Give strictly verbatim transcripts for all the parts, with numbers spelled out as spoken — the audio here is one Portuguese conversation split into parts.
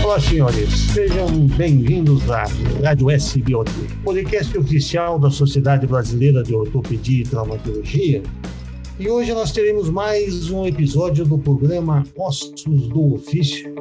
Olá, senhores. Sejam bem-vindos à Rádio S B O T, podcast oficial da Sociedade Brasileira de Ortopedia e Traumatologia. E hoje nós teremos mais um episódio do programa Ossos do Ofício.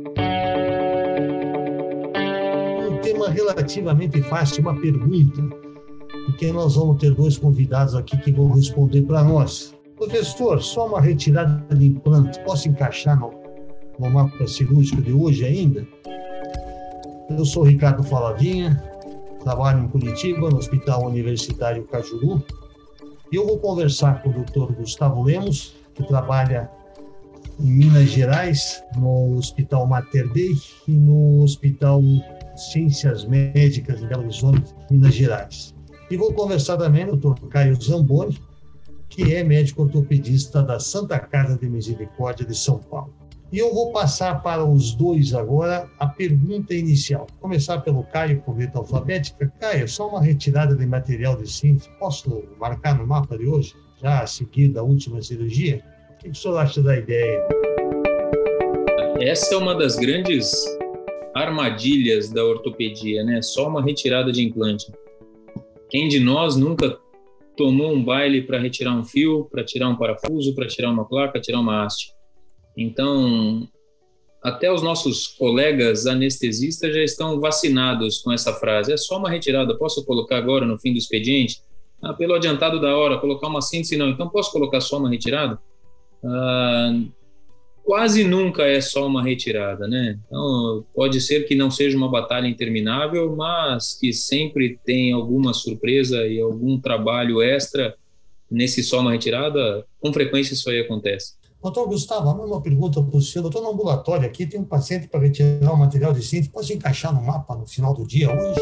Um tema relativamente fácil, uma pergunta, e que nós vamos ter dois convidados aqui que vão responder para nós. Professor, só uma retirada de implante, posso encaixar no, no mapa cirúrgico de hoje ainda? Eu sou Ricardo Falavinha, trabalho em Curitiba, no Hospital Universitário Cajuru, e eu vou conversar com o doutor Gustavo Lemos, que trabalha em Minas Gerais, no Hospital Mater Dei e no Hospital Ciências Médicas em Belo Horizonte, Minas Gerais. E vou conversar também com o doutor Caio Zamboni, que é médico ortopedista da Santa Casa de Misericórdia de São Paulo. E eu vou passar para os dois agora a pergunta inicial. Vou começar pelo Caio, por letra alfabética. Caio, só uma retirada de material de síntese. Posso marcar no mapa de hoje, já a seguir da última cirurgia? O que o senhor acha da ideia? Essa é uma das grandes armadilhas da ortopedia, né? Só uma retirada de implante. Quem de nós nunca tomou um baile para retirar um fio, para tirar um parafuso, para tirar uma placa, tirar uma haste? Então, até os nossos colegas anestesistas já estão vacinados com essa frase. É só uma retirada, posso colocar agora no fim do expediente? Ah, pelo adiantado da hora, colocar uma síntese não. Então, posso colocar só uma retirada? Ah, quase nunca é só uma retirada, né? Então, pode ser que não seja uma batalha interminável, mas que sempre tem alguma surpresa e algum trabalho extra nesse só uma retirada. Com frequência isso aí acontece. Doutor Gustavo, a mesma pergunta para o senhor. Estou no ambulatório aqui, tem um paciente para retirar o material de síntese. Posso encaixar no mapa no final do dia hoje?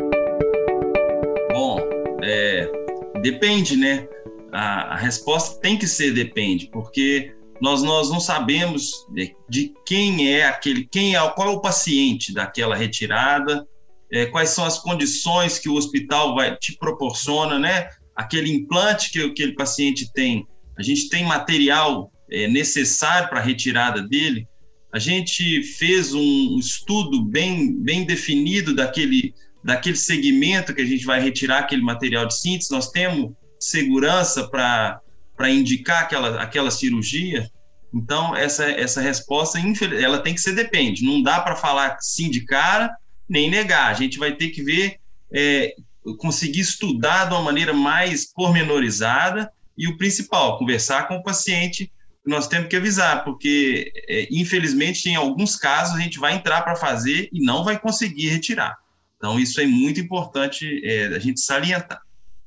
Bom, é, depende, né? A, a resposta tem que ser depende, porque nós, nós não sabemos de, de quem é aquele, quem é, qual é o paciente daquela retirada, é, quais são as condições que o hospital vai, te proporciona, né? Aquele implante que aquele paciente tem. A gente tem material É, necessário para a retirada dele. A gente fez um estudo bem, bem definido daquele, daquele segmento que a gente vai retirar aquele material de síntese. Nós temos segurança para para indicar aquela, aquela cirurgia. Então, essa, essa resposta, ela tem que ser depende. Não dá para falar sim de cara, nem negar. A gente vai ter que ver, é, conseguir estudar de uma maneira mais pormenorizada e o principal, conversar com o paciente. Nós temos que avisar, porque, é, infelizmente, em alguns casos, a gente vai entrar para fazer e não vai conseguir retirar. Então, isso é muito importante é, a gente salientar.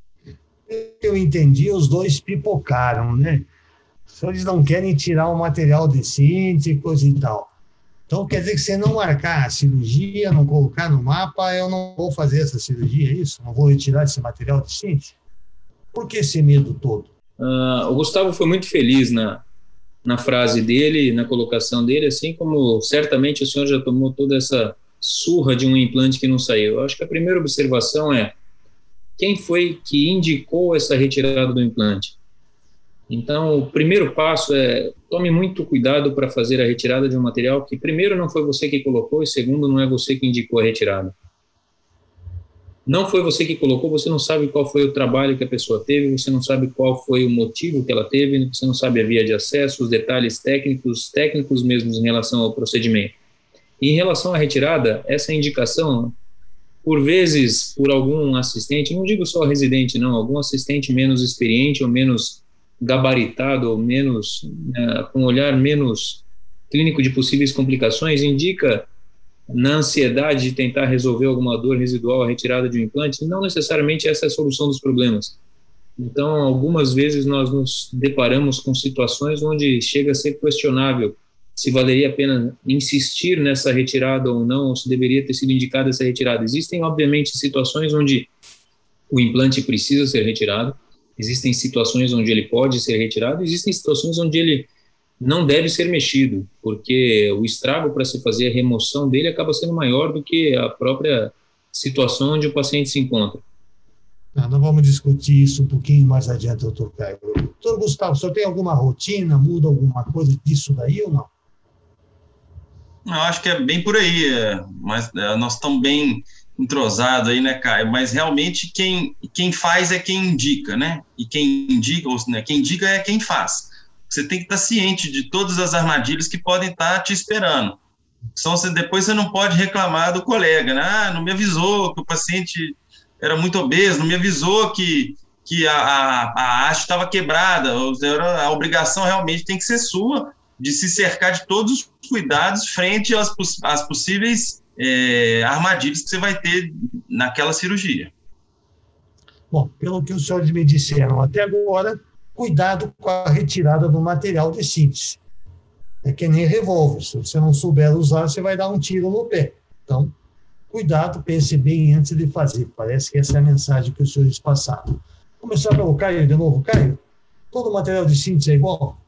Eu entendi, os dois pipocaram, né? Eles não querem tirar o material de síntese, coisa e tal. Então, quer dizer que se não marcar a cirurgia, não colocar no mapa, eu não vou fazer essa cirurgia, é isso? Não vou retirar esse material de síntese? Por que esse medo todo? Uh, o Gustavo foi muito feliz na... na frase dele, na colocação dele, assim como certamente o senhor já tomou toda essa surra de um implante que não saiu. Eu acho que a primeira observação é quem foi que indicou essa retirada do implante. Então, o primeiro passo é tome muito cuidado para fazer a retirada de um material que, primeiro, não foi você que colocou e, segundo, não é você que indicou a retirada. Não foi você que colocou, você não sabe qual foi o trabalho que a pessoa teve, você não sabe qual foi o motivo que ela teve, você não sabe a via de acesso, os detalhes técnicos, técnicos mesmos em relação ao procedimento. E em relação à retirada, essa indicação, por vezes, por algum assistente, não digo só residente, não, algum assistente menos experiente ou menos gabaritado, ou menos, uh, com um olhar menos clínico de possíveis complicações, indica na ansiedade de tentar resolver alguma dor residual, a retirada de um implante, não necessariamente essa é a solução dos problemas. Então, algumas vezes nós nos deparamos com situações onde chega a ser questionável se valeria a pena insistir nessa retirada ou não, ou se deveria ter sido indicada essa retirada. Existem, obviamente, situações onde o implante precisa ser retirado, existem situações onde ele pode ser retirado, existem situações onde ele não deve ser mexido, porque o estrago para se fazer a remoção dele acaba sendo maior do que a própria situação onde o paciente se encontra. Ah, nós vamos discutir isso um pouquinho mais adiante, doutor Caio. Doutor Gustavo, o senhor tem alguma rotina, muda alguma coisa disso daí ou não? Eu acho que é bem por aí, é, mas é, nós estamos bem entrosados aí, né, Caio? Mas realmente quem, quem faz é quem indica, né? E quem indica, ou, né, quem indica é quem faz. Você tem que estar ciente de todas as armadilhas que podem estar te esperando. Então, você, depois você não pode reclamar do colega, né? Ah, não me avisou que o paciente era muito obeso, não me avisou que, que a, a, a haste estava quebrada. A obrigação realmente tem que ser sua, de se cercar de todos os cuidados frente às, às possíveis é, armadilhas que você vai ter naquela cirurgia. Bom, pelo que os senhores me disseram até agora, cuidado com a retirada do material de síntese. É que nem revólver, se você não souber usar, você vai dar um tiro no pé. Então, cuidado, pense bem antes de fazer. Parece que essa é a mensagem que os senhores passaram. Vou começar pelo Caio de novo. Caio, todo material de síntese é igual?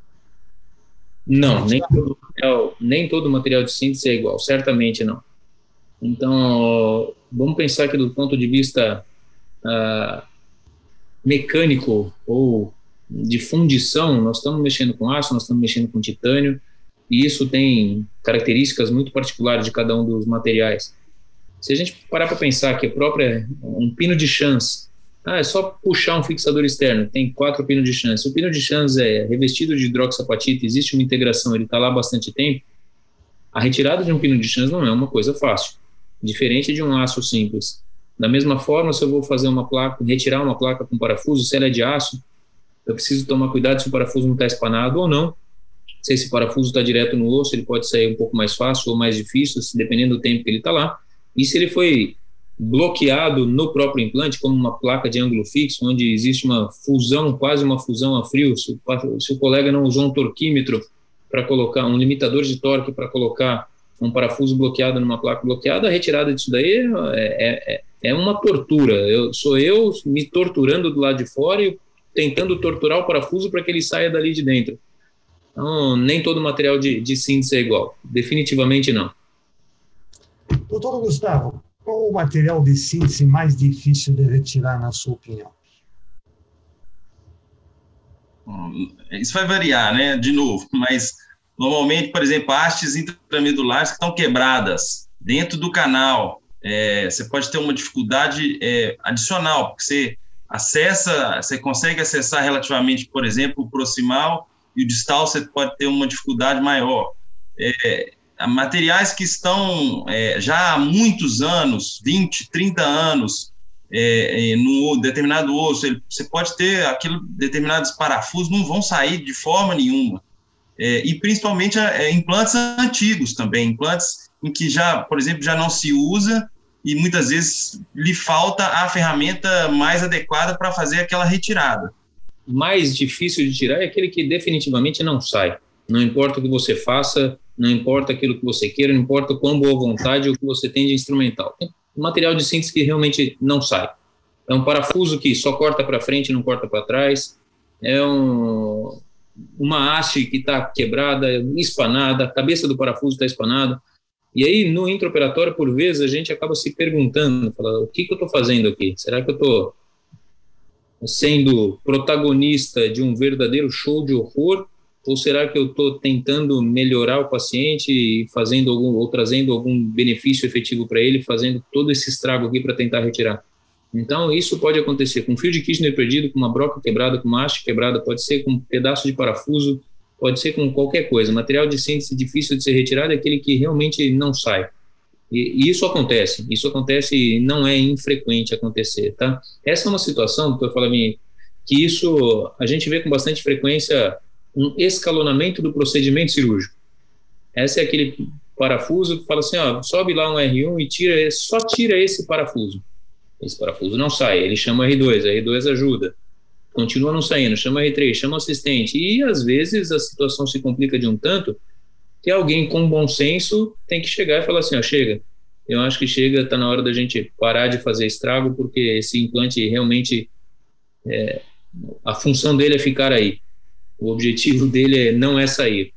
Não, nem todo, material, nem todo material de síntese é igual, certamente não. Então, vamos pensar que do ponto de vista uh, mecânico ou de fundição, nós estamos mexendo com aço, nós estamos mexendo com titânio, e isso tem características muito particulares de cada um dos materiais. Se a gente parar para pensar que a própria, um pino de chance, ah, é só puxar um fixador externo, tem quatro pinos de chance. O pino de chance é revestido de hidroxapatita, existe uma integração, ele está lá há bastante tempo. A retirada de um pino de chance não é uma coisa fácil, diferente de um aço simples. Da mesma forma, se eu vou fazer uma placa, retirar uma placa com parafuso, se ela é de aço, eu preciso tomar cuidado se o parafuso não está espanado ou não. Se esse parafuso está direto no osso, ele pode sair um pouco mais fácil ou mais difícil, dependendo do tempo que ele está lá. E se ele foi bloqueado no próprio implante, como uma placa de ângulo fixo, onde existe uma fusão, quase uma fusão a frio, se o, se o colega não usou um torquímetro para colocar, um limitador de torque para colocar um parafuso bloqueado numa placa bloqueada, a retirada disso daí é, é, é uma tortura. Eu, sou eu me torturando do lado de fora e tentando torturar o parafuso para que ele saia dali de dentro. Então, nem todo material de, de síntese é igual. Definitivamente não. Doutor Gustavo, qual o material de síntese mais difícil de retirar, na sua opinião? Isso vai variar, né? De novo, mas normalmente, por exemplo, hastes intramedulares que estão quebradas dentro do canal, é, você pode ter uma dificuldade é, adicional, porque você acessa, você consegue acessar relativamente, por exemplo, o proximal e o distal, você pode ter uma dificuldade maior. É, materiais que estão é, já há muitos anos, vinte, trinta anos, é, é, no determinado osso, ele, você pode ter aquilo, determinados parafusos não vão sair de forma nenhuma. É, e principalmente é, implantes antigos também, implantes em que já, por exemplo, já não se usa e muitas vezes lhe falta a ferramenta mais adequada para fazer aquela retirada. Mais difícil de tirar é aquele que definitivamente não sai. Não importa o que você faça, não importa aquilo que você queira, não importa quão boa vontade ou o que você tem de instrumental. Tem material de síntese que realmente não sai. É um parafuso que só corta para frente e não corta para trás. É um, uma haste que está quebrada, espanada, a cabeça do parafuso está espanada. E aí, no intraoperatório, por vezes, a gente acaba se perguntando, fala, o que, que eu estou fazendo aqui? Será que eu estou sendo protagonista de um verdadeiro show de horror? Ou será que eu estou tentando melhorar o paciente e fazendo algum, ou trazendo algum benefício efetivo para ele, fazendo todo esse estrago aqui para tentar retirar? Então, isso pode acontecer com fio de Kirchner perdido, com uma broca quebrada, com uma haste quebrada, pode ser com um pedaço de parafuso, pode ser com qualquer coisa. Material de síntese difícil de ser retirado é aquele que realmente não sai. E, e isso acontece, isso acontece e não é infrequente acontecer, tá? Essa é uma situação, doutor Flavinho, que isso a gente vê com bastante frequência um escalonamento do procedimento cirúrgico. Esse é aquele parafuso que fala assim, ó, sobe lá um R um e tira, só tira esse parafuso. Esse parafuso não sai, ele chama R dois, a R dois ajuda. Continua não saindo, chama R três, chama assistente. E às vezes a situação se complica de um tanto que alguém com bom senso tem que chegar e falar assim, ó, chega, eu acho que chega, está na hora da gente parar de fazer estrago, porque esse implante realmente, é, a função dele é ficar aí. O objetivo dele é, não é sair.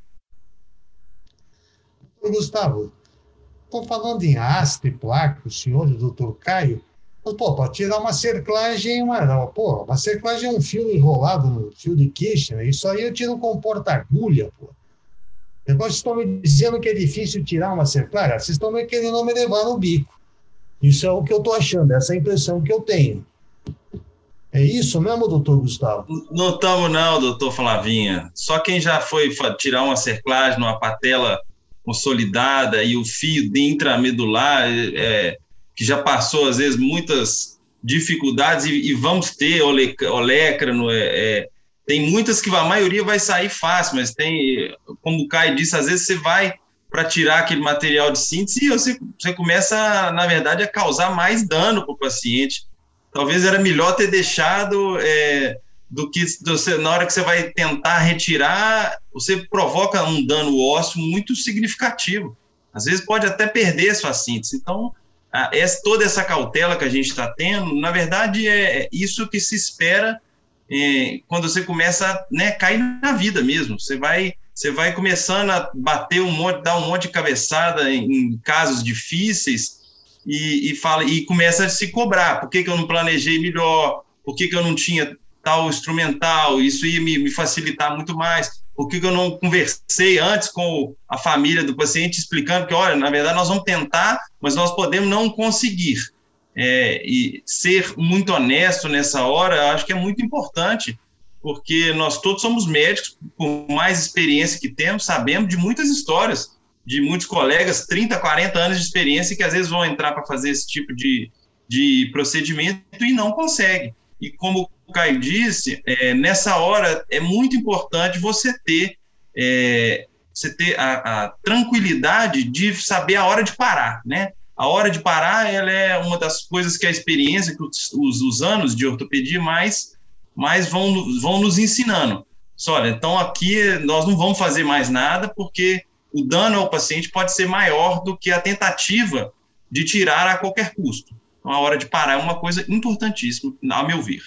Gustavo, estou falando em haste, placa, o senhor, o doutor Caio, mas, pô, para tirar uma cerclagem, uma, pô, uma cerclagem é um fio enrolado no fio de Kirchner, isso aí eu tiro com porta-agulha, pô. Vocês estão me dizendo que é difícil tirar uma cerclaria? Vocês estão me querendo me levar no bico. Isso é o que eu estou achando, essa é a impressão que eu tenho. É isso mesmo, doutor Gustavo? Não estamos não, doutor Flavinha. Só quem já foi tirar uma cerclagem numa patela consolidada e o fio intramedular, é, que já passou, às vezes, muitas dificuldades, e, e vamos ter olécrano, é, é, tem muitas que a maioria vai sair fácil, mas tem, como o Caio disse, às vezes você vai para tirar aquele material de síntese e você, você começa, na verdade, a causar mais dano para o paciente. Talvez era melhor ter deixado, é, do que você, na hora que você vai tentar retirar, você provoca um dano ósseo muito significativo. Às vezes pode até perder sua síntese. Então, a, essa, toda essa cautela que a gente está tendo, na verdade, é isso que se espera é, quando você começa a, né, cair na vida mesmo. Você vai... Você vai começando a bater um monte, dar um monte de cabeçada em, em casos difíceis e, e, fala, e começa a se cobrar. Por que, que eu não planejei melhor? Por que, que eu não tinha tal instrumental? Isso ia me, me facilitar muito mais. Por que, que eu não conversei antes com a família do paciente explicando que, olha, na verdade nós vamos tentar, mas nós podemos não conseguir. É, e ser muito honesto nessa hora, eu acho que é muito importante, porque nós todos somos médicos, por mais experiência que temos, sabemos de muitas histórias, de muitos colegas, trinta, quarenta anos de experiência, que às vezes vão entrar para fazer esse tipo de, de procedimento e não conseguem. E como o Caio disse, é, nessa hora é muito importante você ter, é, você ter a, a tranquilidade de saber a hora de parar, né? A hora de parar, ela é uma das coisas que a experiência, que os, os, os anos de ortopedia mais... mas vão, vão nos ensinando. Só, olha, então aqui nós não vamos fazer mais nada porque o dano ao paciente pode ser maior do que a tentativa de tirar a qualquer custo. Então, a hora de parar é uma coisa importantíssima, a meu ver.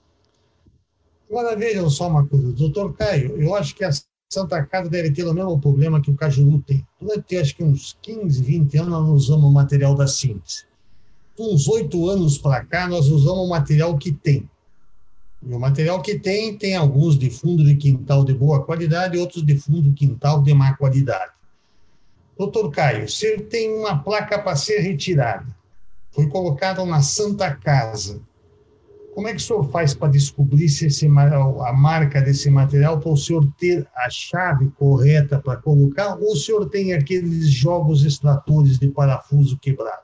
Agora, vejam só uma coisa. Doutor Caio, eu acho que a Santa Casa deve ter o mesmo problema que o Cajuru tem. Deve ter, acho que uns quinze, vinte anos nós usamos o material da síntese. Uns oito anos para cá, nós usamos o material que tem. E o material que tem, tem alguns de fundo de quintal de boa qualidade e outros de fundo de quintal de má qualidade. Doutor Caio, você tem uma placa para ser retirada, foi colocada na Santa Casa. Como é que o senhor faz para descobrir se esse, a marca desse material, para o senhor ter a chave correta para colocar, ou o senhor tem aqueles jogos extratores de parafuso quebrado?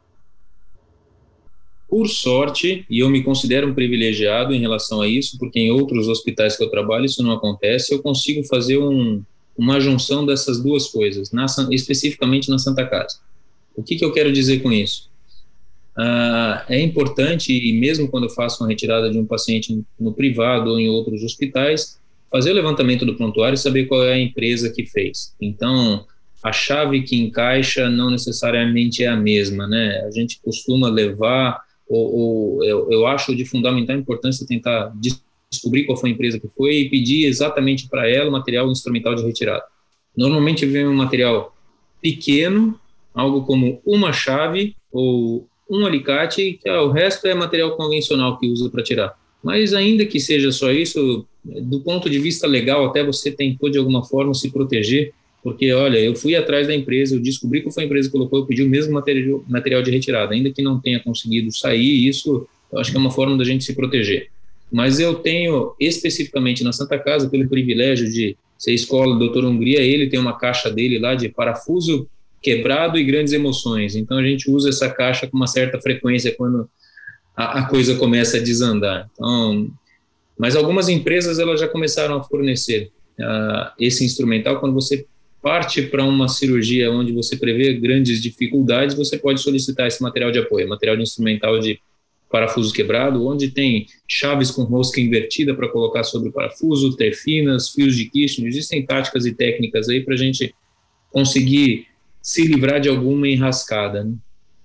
Por sorte, e eu me considero um privilegiado em relação a isso, porque em outros hospitais que eu trabalho isso não acontece, eu consigo fazer um, uma junção dessas duas coisas, na, especificamente na Santa Casa. O que, que eu quero dizer com isso? Ah, é importante, e mesmo quando eu faço uma retirada de um paciente no privado ou em outros hospitais, fazer o levantamento do prontuário e saber qual é a empresa que fez. Então, a chave que encaixa não necessariamente é a mesma, né? A gente costuma levar... Ou, ou eu, eu acho de fundamental importância tentar descobrir qual foi a empresa que foi e pedir exatamente para ela o material instrumental de retirada. Normalmente vem um material pequeno, algo como uma chave ou um alicate, que ah, o resto é material convencional que usa para tirar. Mas ainda que seja só isso, do ponto de vista legal, até você tentou de alguma forma se proteger, porque, olha, eu fui atrás da empresa, eu descobri que foi a empresa que colocou, eu pedi o mesmo material, material de retirada, ainda que não tenha conseguido sair, isso eu acho que é uma forma da gente se proteger. Mas eu tenho, especificamente na Santa Casa, pelo privilégio de ser escola do doutor Hungria, ele tem uma caixa dele lá de parafuso quebrado e grandes emoções, então a gente usa essa caixa com uma certa frequência quando a, a coisa começa a desandar. Então, mas algumas empresas elas já começaram a fornecer uh, esse instrumental. Quando você parte para uma cirurgia onde você prevê grandes dificuldades, você pode solicitar esse material de apoio, material de instrumental de parafuso quebrado, onde tem chaves com rosca invertida para colocar sobre o parafuso, terfinas, fios de Kirchner. Existem táticas e técnicas aí para a gente conseguir se livrar de alguma enrascada, né?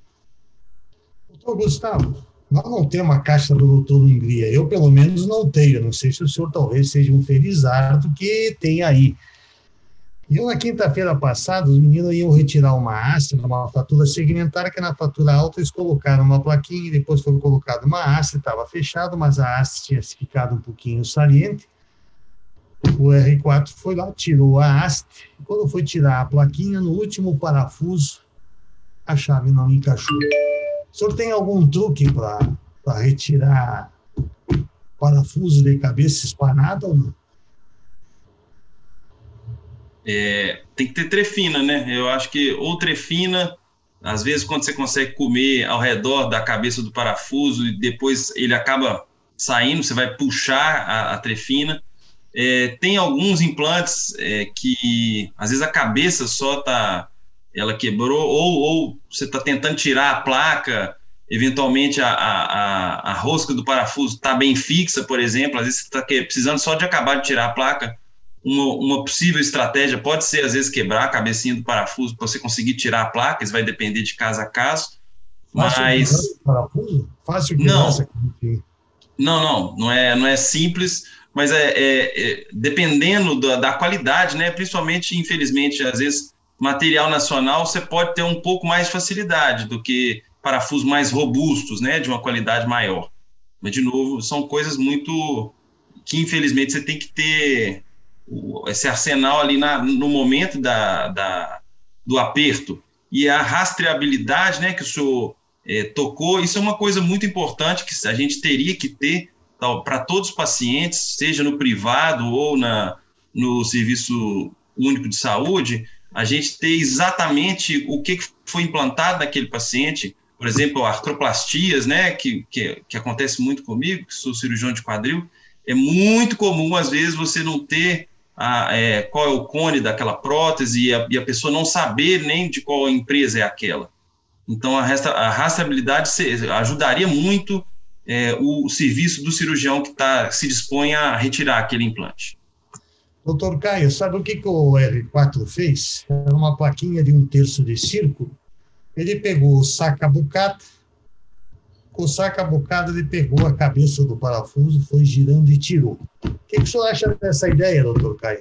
Doutor Gustavo, nós não temos a caixa do doutor Hungria, eu pelo menos não tenho, não sei se o senhor talvez seja um felizardo que tem aí. Eu, na quinta-feira passada, os meninos iam retirar uma haste, uma fratura segmentar, que na fratura alta eles colocaram uma plaquinha, e depois foi colocada uma haste, estava fechado, mas a haste tinha ficado um pouquinho saliente. O R quatro foi lá, tirou a haste, e quando foi tirar a plaquinha, no último parafuso, a chave não encaixou. O senhor tem algum truque para retirar parafuso de cabeça espanada ou não? É, tem que ter trefina, né? Eu acho que ou trefina, às vezes quando você consegue comer ao redor da cabeça do parafuso e depois ele acaba saindo, você vai puxar a, a trefina. É, tem alguns implantes é, que às vezes a cabeça só tá, ela quebrou, ou, ou você está tentando tirar a placa, eventualmente a, a, a rosca do parafuso está bem fixa, por exemplo, às vezes você está precisando só de acabar de tirar a placa. Uma, uma possível estratégia pode ser, às vezes, quebrar a cabecinha do parafuso para você conseguir tirar a placa, isso vai depender de caso a caso. Fácil mas parafuso? Fácil que não, nossa, não, não, não é, não é simples, mas é, é, é dependendo da, da qualidade, né? Principalmente, infelizmente, às vezes, material nacional, você pode ter um pouco mais de facilidade do que parafusos mais robustos, né? De uma qualidade maior. Mas, de novo, são coisas muito que, infelizmente, você tem que ter esse arsenal ali na, no momento da, da, do aperto. E a rastreabilidade, né, que o senhor é, tocou, isso é uma coisa muito importante que a gente teria que ter para todos os pacientes, seja no privado ou na, no Serviço Único de Saúde, a gente ter exatamente o que foi implantado naquele paciente. Por exemplo, artroplastias, né, que, que, que acontece muito comigo, que sou cirurgião de quadril. É muito comum, às vezes, você não ter a, é, qual é o cone daquela prótese e a, e a pessoa não saber nem de qual empresa é aquela. Então, a, resta, a rastreabilidade ajudaria muito é, o serviço do cirurgião que tá, se dispõe a retirar aquele implante. Doutor Caio, sabe o que, que o R quatro fez? Era uma plaquinha de um terço de círculo. Ele pegou o saca-bocada, com o saca-bocada ele pegou a cabeça do parafuso, foi girando e tirou. O que, que o senhor acha dessa ideia, doutor Caio?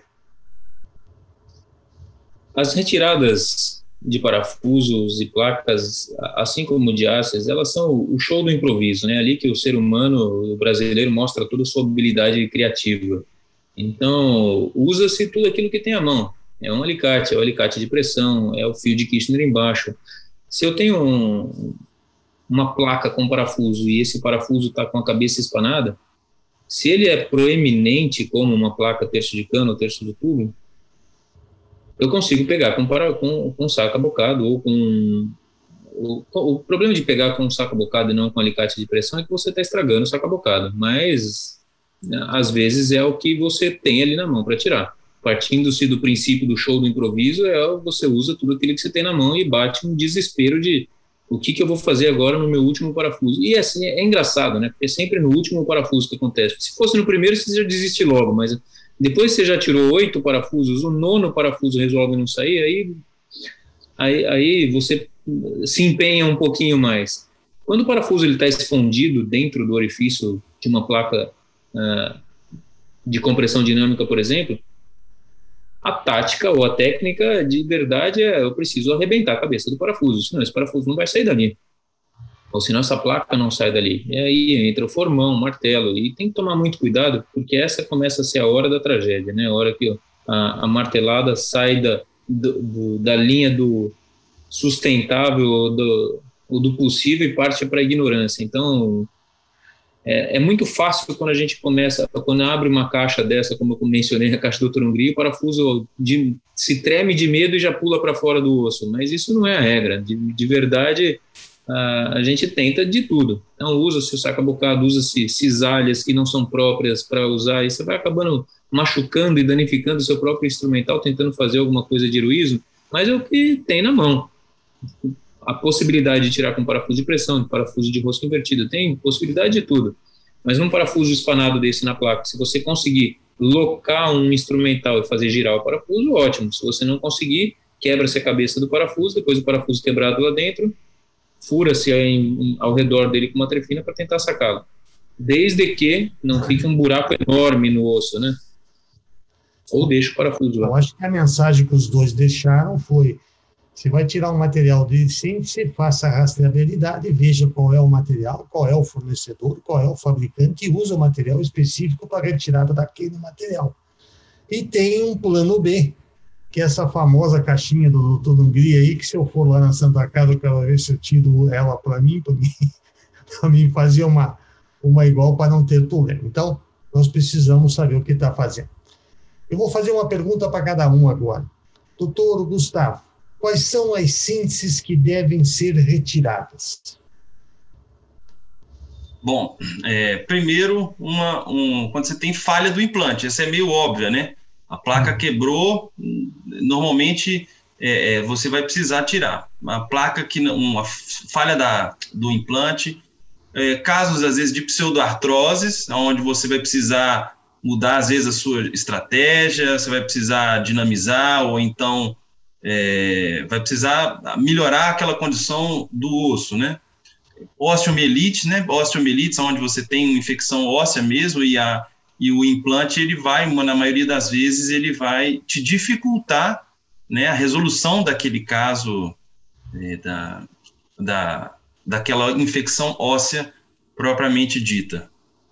As retiradas de parafusos e placas, assim como de hastes, elas são o show do improviso, né? Ali que o ser humano, o brasileiro, mostra toda a sua habilidade criativa. Então, usa-se tudo aquilo que tem à mão. É um alicate, é o alicate de pressão, é o fio de Kirchner embaixo. Se eu tenho um... uma placa com parafuso e esse parafuso está com a cabeça espanada, se ele é proeminente como uma placa terço de cano ou terço de tubo, eu consigo pegar com, para, com, com saca-bocado ou com... O, o problema de pegar com saca-bocado e não com alicate de pressão é que você está estragando o saca-bocado, mas às vezes é o que você tem ali na mão para tirar. Partindo-se do princípio do show do improviso, é você usa tudo aquilo que você tem na mão e bate um desespero de o que, que eu vou fazer agora no meu último parafuso. E assim, é engraçado, né? Porque é sempre no último parafuso que acontece. Se fosse no primeiro, você já desiste logo, mas depois você já tirou oito parafusos, o nono parafuso resolve não sair, aí, aí, aí você se empenha um pouquinho mais. Quando o parafuso está escondido dentro do orifício de uma placa uh, de compressão dinâmica, por exemplo, a tática ou a técnica de verdade é eu preciso arrebentar a cabeça do parafuso, senão esse parafuso não vai sair dali. Ou senão essa placa não sai dali. E aí entra o formão, o martelo, e tem que tomar muito cuidado, porque essa começa a ser a hora da tragédia, né? A hora que a, a martelada sai da, do, do, da linha do sustentável ou do, ou do possível e parte para a ignorância. Então, É, é muito fácil quando a gente começa, quando abre uma caixa dessa, como eu mencionei, a caixa do doutor Hungria, o parafuso de, se treme de medo e já pula para fora do osso, mas isso não é a regra. De, de verdade, a, a gente tenta de tudo. Então, usa-se o saca-bocado, usa-se cisalhas que não são próprias para usar, e você vai acabando machucando e danificando o seu próprio instrumental, tentando fazer alguma coisa de heroísmo, mas é o que tem na mão. A possibilidade de tirar com parafuso de pressão, de parafuso de rosca invertida, tem possibilidade de tudo. Mas num parafuso espanado desse na placa, se você conseguir locar um instrumental e fazer girar o parafuso, ótimo. Se você não conseguir, quebra-se a cabeça do parafuso, depois o parafuso quebrado lá dentro, fura-se ao redor dele com uma trefina para tentar sacá-lo. Desde que não fique um buraco enorme no osso, né? Ou deixa o parafuso lá. Eu acho que a mensagem que os dois deixaram foi: você vai tirar um material decente, você faça a rastreabilidade, veja qual é o material, qual é o fornecedor, qual é o fabricante e usa o material específico para a retirada daquele material. E tem um plano B, que é essa famosa caixinha do doutor Hungria aí, que se eu for lá na Santa Casa, eu quero ver se eu tiro ela para mim, para mim, para mim fazer uma, uma igual para não ter problema. Então, nós precisamos saber o que está fazendo. Eu vou fazer uma pergunta para cada um agora. Doutor Gustavo, quais são as sínteses que devem ser retiradas? Bom, é, primeiro, uma, um, quando você tem falha do implante, essa é meio óbvia, né? A placa quebrou, normalmente é, você vai precisar tirar. Uma placa que uma falha da, do implante, é, casos às vezes de pseudoartroses, onde você vai precisar mudar às vezes a sua estratégia, você vai precisar dinamizar ou então é, vai precisar melhorar aquela condição do osso, né? Osteomielite, né? Osteomielite, onde você tem uma infecção óssea mesmo e a e o implante, ele vai, na maioria das vezes, ele vai te dificultar, né, a resolução daquele caso, é, da, da, daquela infecção óssea propriamente dita.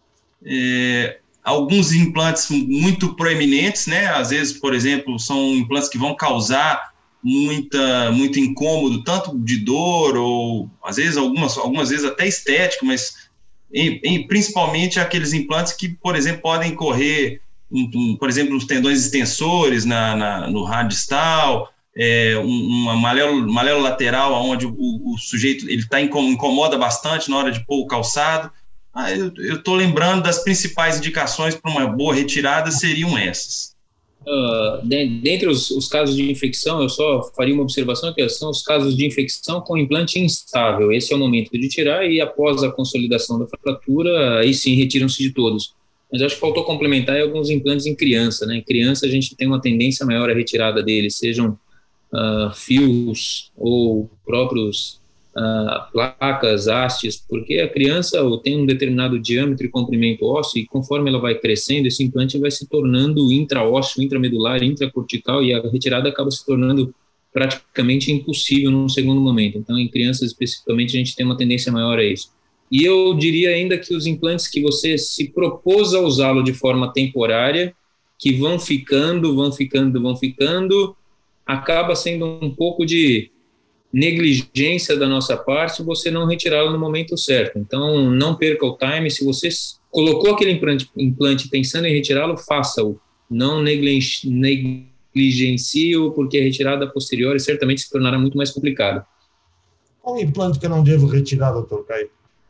É, alguns implantes muito proeminentes, né, às vezes, por exemplo, são implantes que vão causar muita, muito incômodo, tanto de dor ou, às vezes, algumas, algumas vezes até estético, mas... Em, em, principalmente aqueles implantes que, por exemplo, podem correr, um, um, por exemplo, os tendões extensores na, na, no rádio distal, é, um, uma maléola, maléola lateral, onde o, o sujeito ele tá, incomoda bastante na hora de pôr o calçado. Ah, eu estou lembrando das principais indicações para uma boa retirada seriam essas. Uh, dentre os, os casos de infecção, eu só faria uma observação, que são os casos de infecção com implante instável. Esse é o momento de tirar e após a consolidação da fratura, aí sim retiram-se de todos. Mas acho que faltou complementar alguns implantes em criança, né? Em criança a gente tem uma tendência maior à retirada deles, sejam uh, fios ou próprios uh, placas, hastes, porque a criança tem um determinado diâmetro e comprimento ósseo e conforme ela vai crescendo, esse implante vai se tornando intraósseo, intramedular, intracortical e a retirada acaba se tornando praticamente impossível num segundo momento. Então, em crianças especificamente, a gente tem uma tendência maior a isso. E eu diria ainda que os implantes que você se propôs a usá-lo de forma temporária, que vão ficando, vão ficando, vão ficando, acaba sendo um pouco de negligência da nossa parte você não retirá-lo no momento certo. Então, não perca o time. Se você colocou aquele implante, implante pensando em retirá-lo, faça-o. Não negligencie-o, porque a retirada posterior certamente se tornará muito mais complicada. Qual implante que eu não devo retirar, doutor Caio?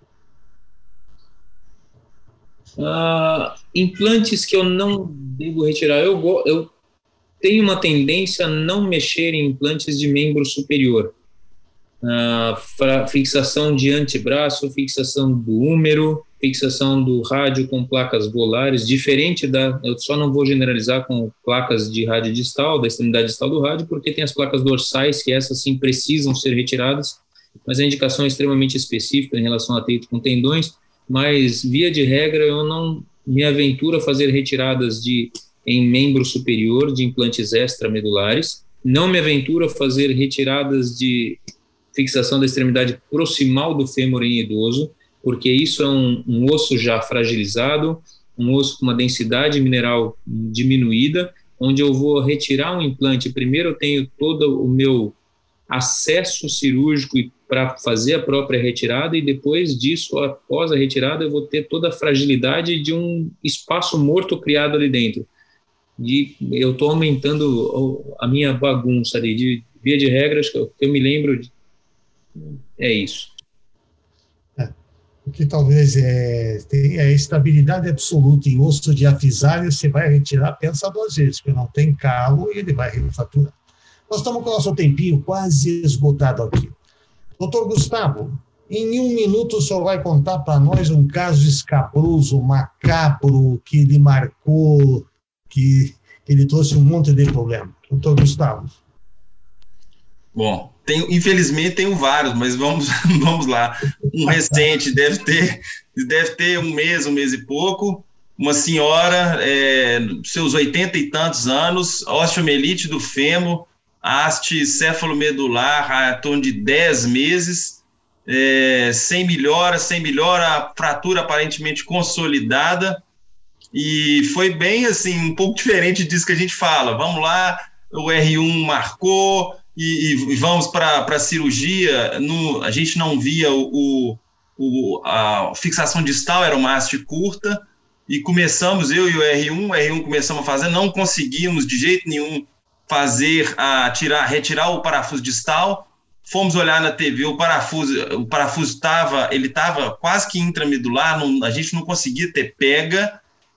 Uh, implantes que eu não devo retirar. Eu, eu tenho uma tendência a não mexer em implantes de membro superior. Uh, fixação de antebraço, fixação do húmero, fixação do rádio com placas volares, diferente da, eu só não vou generalizar com placas de rádio distal, da extremidade distal do rádio, porque tem as placas dorsais, que essas sim precisam ser retiradas, mas a indicação é extremamente específica em relação a atrito com tendões, mas via de regra eu não me aventuro a fazer retiradas de, em membro superior de implantes extramedulares, não me aventuro a fazer retiradas de fixação da extremidade proximal do fêmur em idoso, porque isso é um, um osso já fragilizado, um osso com uma densidade mineral diminuída, onde eu vou retirar um implante. Primeiro eu tenho todo o meu acesso cirúrgico para fazer a própria retirada e depois disso, após a retirada, eu vou ter toda a fragilidade de um espaço morto criado ali dentro. E eu estou aumentando a minha bagunça ali, de via de regras, que eu, que eu me lembro de é isso. É, o que talvez é, tenha a estabilidade absoluta em osso diafisário, você vai retirar, pensa duas vezes, porque não tem calo e ele vai refraturar. Nós estamos com o nosso tempinho quase esgotado aqui. Doutor Gustavo, em um minuto o senhor vai contar para nós um caso escabroso, macabro, que ele marcou, que, que ele trouxe um monte de problema. Doutor Gustavo. Bom, tenho, infelizmente tenho vários, mas vamos, vamos lá. Um recente, deve ter, deve ter um mês, um mês e pouco. Uma senhora, é, seus oitenta e tantos anos, osteomielite do fêmur, haste céfalo-medular, em torno de dez meses, é, sem melhora, sem melhora, a fratura aparentemente consolidada. e foi bem assim, um pouco diferente disso que a gente fala. Vamos lá, o R um marcou e, e vamos para a cirurgia. No, a gente não via o, o, a fixação distal, era uma haste curta, e começamos, eu e o R um, o R um começamos a fazer, não conseguimos de jeito nenhum fazer, a, tirar, retirar o parafuso distal. Fomos olhar na T V, o parafuso o parafuso estava, ele estava quase que intramedular, não, a gente não conseguia ter pega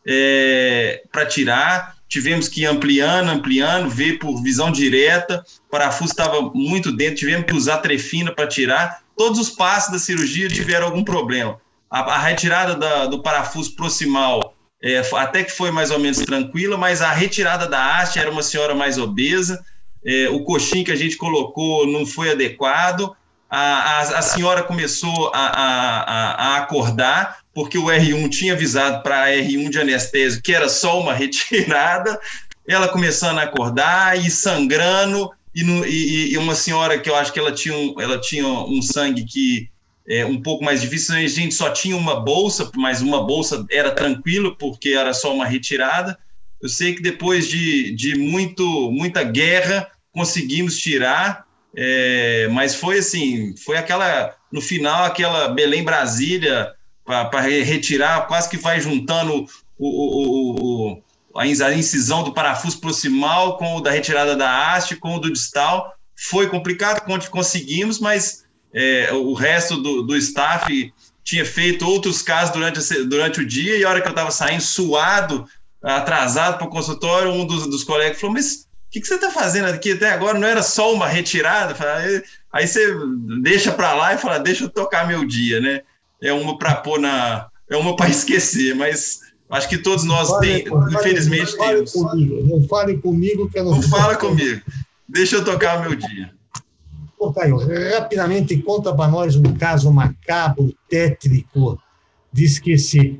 é, para tirar, tivemos que ir ampliando, ampliando, ver por visão direta, o parafuso estava muito dentro, tivemos que usar trefina para tirar, todos os passos da cirurgia tiveram algum problema. A, a retirada da, do parafuso proximal é, até que foi mais ou menos tranquila, mas a retirada da haste era uma senhora mais obesa, É, o coxim que a gente colocou não foi adequado, a, a, a senhora começou a, a, a acordar, porque o R um tinha avisado para a R um de anestésio que era só uma retirada, ela começando a acordar e sangrando, e, no, e, e uma senhora que eu acho que ela tinha um, ela tinha um sangue que é um pouco mais difícil, a gente só tinha uma bolsa, mas uma bolsa era tranquilo, porque era só uma retirada. Eu sei que depois de, de muito, muita guerra, conseguimos tirar, é, mas foi assim, foi aquela, no final, aquela Belém-Brasília para retirar, quase que vai juntando o, o, o, a incisão do parafuso proximal com o da retirada da haste, com o do distal. Foi complicado, conseguimos, mas é, o resto do, do staff tinha feito outros casos durante, durante o dia, e a hora que eu estava saindo suado, atrasado para o consultório, um dos, dos colegas falou, mas o que, que você está fazendo aqui até agora? Não era só uma retirada? Aí você deixa para lá e fala, deixa eu tocar meu dia, né? É uma para pôr na... É uma para esquecer, mas acho que todos nós, não tem, fale, infelizmente, não fale temos. Comigo, não fale comigo que eu não... Não fala comigo. Deixa eu tocar meu dia. Ô, Caio, rapidamente conta para nós um caso macabro, tétrico, de esquecer.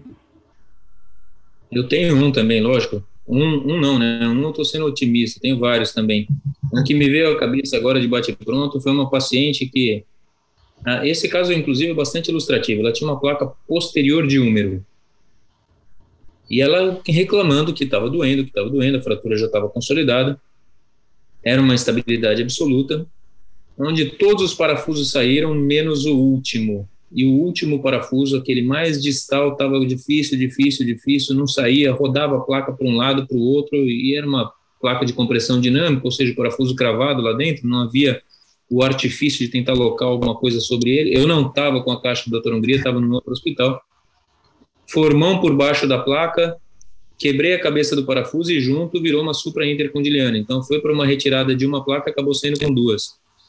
Eu tenho um também, lógico. Um, um não, né? Um eu estou sendo otimista, tenho vários também. Um que me veio à cabeça agora de bate-pronto foi uma paciente que... Ah, esse caso, inclusive, é bastante ilustrativo. Ela tinha uma placa posterior de húmero. E ela reclamando que estava doendo, que estava doendo, a fratura já estava consolidada. Era uma instabilidade absoluta, onde todos os parafusos saíram, menos o último. E o último parafuso, aquele mais distal, estava difícil, difícil, difícil, não saía, rodava a placa para um lado, para o outro, e era uma placa de compressão dinâmica, ou seja, parafuso cravado lá dentro, não havia o artifício de tentar alocar alguma coisa sobre ele. Eu não estava com a caixa do doutor Hungria, estava no outro hospital. Formão por baixo da placa, quebrei a cabeça do parafuso e junto virou uma supra intercondyliana. Então foi para uma retirada de uma placa, acabou saindo com duas.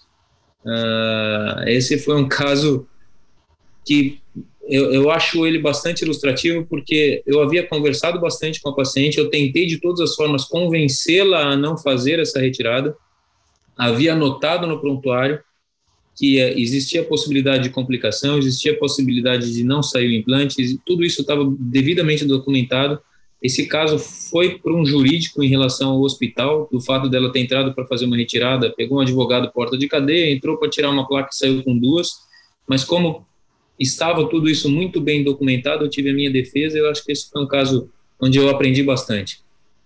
Uh, esse foi um caso que eu, eu acho ele bastante ilustrativo, porque eu havia conversado bastante com a paciente, eu tentei de todas as formas convencê-la a não fazer essa retirada, havia anotado no prontuário que existia a possibilidade de complicação, existia a possibilidade de não sair o implante, tudo isso estava devidamente documentado. Esse caso foi para um jurídico em relação ao hospital, do fato dela ter entrado para fazer uma retirada, pegou um advogado porta de cadeia, entrou para tirar uma placa e saiu com duas, mas como estava tudo isso muito bem documentado, eu tive a minha defesa, eu acho que esse foi um caso onde eu aprendi bastante.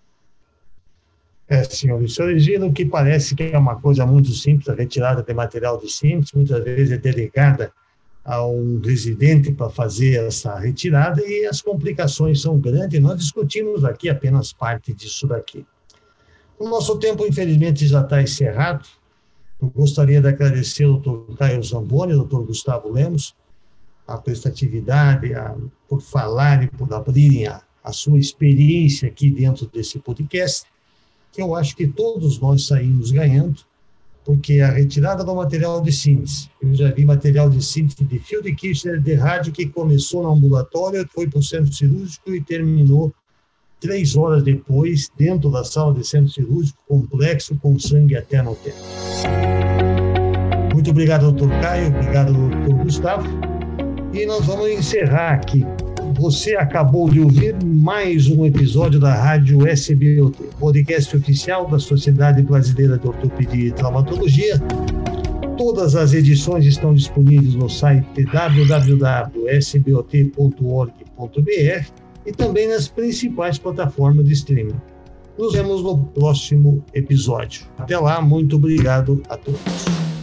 É, senhor, isso origina o que parece que é uma coisa muito simples, a retirada de material de síntese, muitas vezes é delegada a um residente para fazer essa retirada e as complicações são grandes. Nós discutimos aqui apenas parte disso daqui. O nosso tempo, infelizmente, já está encerrado. Eu gostaria de agradecer ao doutor Caio Zamboni, ao doutor Gustavo Lemos, a prestatividade, a, por falarem, por abrirem a, a sua experiência aqui dentro desse podcast, que eu acho que todos nós saímos ganhando, porque a retirada do material de síntese, eu já vi material de síntese de fio de Kirchner de rádio que começou no ambulatório, foi para o centro cirúrgico e terminou três horas depois, dentro da sala de centro cirúrgico, complexo, com sangue até no teto. Muito obrigado, doutor Caio, obrigado, doutor Gustavo. E nós vamos encerrar aqui. Você acabou de ouvir mais um episódio da Rádio S B O T, podcast oficial da Sociedade Brasileira de Ortopedia e Traumatologia. Todas as edições estão disponíveis no site w w w ponto s b o t ponto org ponto b r e também nas principais plataformas de streaming. Nos vemos no próximo episódio. Até lá, muito obrigado a todos.